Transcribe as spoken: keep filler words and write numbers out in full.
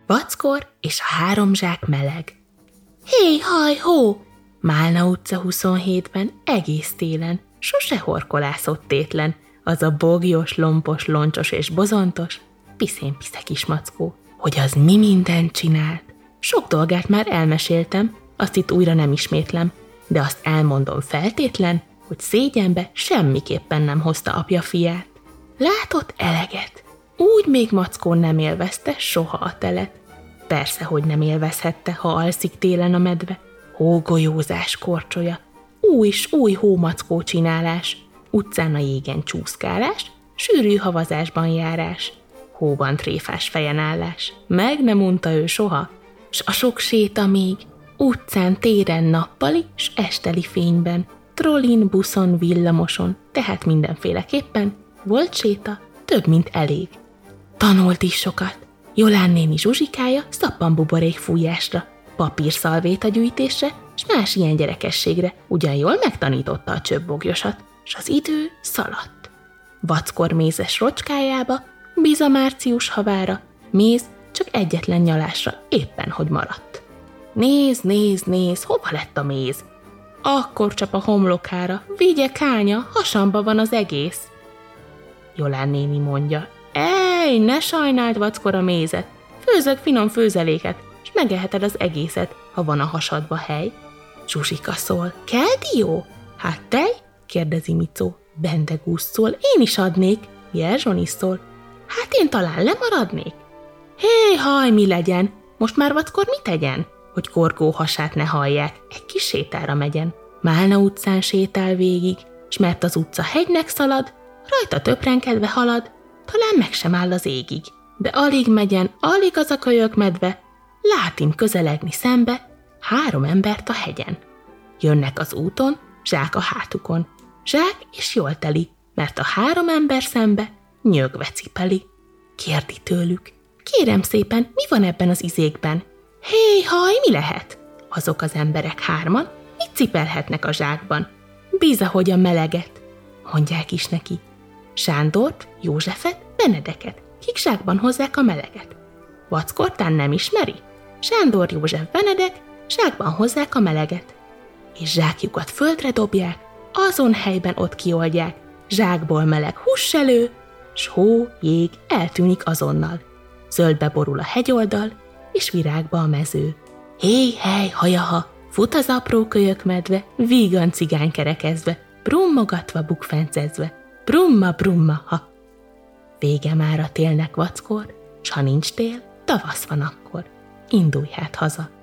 Vackor és a három zsák meleg. Hé, haj, hó! Málna utca huszonhétben egész télen, sose horkolászott tétlen, az a bogyos, lompos, loncsos és bozontos, piszén-pisze kis mackó. Hogy az mi mindent csinált? Sok dolgát már elmeséltem, azt itt újra nem ismétlem, de azt elmondom feltétlen, hogy szégyenbe semmiképpen nem hozta apja fiát. Látott eleget. Úgy még mackón nem élvezte soha a telet. Persze, hogy nem élvezhette, ha alszik télen a medve. Hógolyózás korcsolya, új s új hómackó csinálás, utcán a jégen csúszkálás, sűrű havazásban járás, hóban tréfás fejen állás. Meg nem unta ő soha, s a sok séta még, utcán, téren, nappali s esteli fényben, trollin, buszon, villamoson, tehát mindenféleképpen volt séta, több, mint elég. Tanult is sokat. Jolán néni Zsuzsikája szappanbuborék fújásra, papírszalvéta gyűjtésre, s más ilyen gyerekességre ugyan jól megtanította a csöpbogyosat, s az idő szaladt. Vackor mézes rocskájába, Biza március havára, méz csak egyetlen nyalásra éppen hogy maradt. Nézd, nézd, nézd, hova lett a méz? Akkor csap a homlokára, vigye kánya, hasamba van az egész. Jolán néni mondja, ej, ne sajnáld vackor a mézet, főzök finom főzeléket, s megeheted az egészet, ha van a hasadba hely. Zsuzsika szól, kell dió? Hát tej? Kérdezi Micó. Bendegúz szól, én is adnék. Jerzson is szól, hát én talán lemaradnék. Hé, haj, mi legyen? Most már vackor mit tegyen? Hogy korgó hasát ne hallják, egy kis sétára megyen. Málna utcán sétál végig, s mert az utca hegynek szalad, rajta töprenkedve halad, talán meg sem áll az égig. De alig megyen, alig az a kölyök medve, látim közelegni szembe három embert a hegyen. Jönnek az úton, zsák a hátukon. Zsák és jól teli, mert a három ember szembe nyögve cipeli. Kérdi tőlük, kérem szépen, mi van ebben az izékben? Hé, haj, mi lehet? Azok az emberek hárman mit cipelhetnek a zsákban? Bíza, hogy a meleget, mondják is neki. Sándort, Józsefet, Benedeket, kik zsákban hozzák a meleget. Vackortán nem ismeri? Sándor, József, Benedek zsákban hozzák a meleget. És zsákjukat földre dobják, azon helyben ott kioldják, zsákból meleg hús elő, s hó, jég eltűnik azonnal. Zöldbe borul a hegyoldal, és virágba a mező. Hé, hely, hajaha, fut az apró kölyök medve, vígan cigány kerekezve, brummogatva, bukfencezve, brumma, brumma, ha. Vége már a télnek vackor, s ha nincs tél, tavasz van akkor. Indulj hát haza.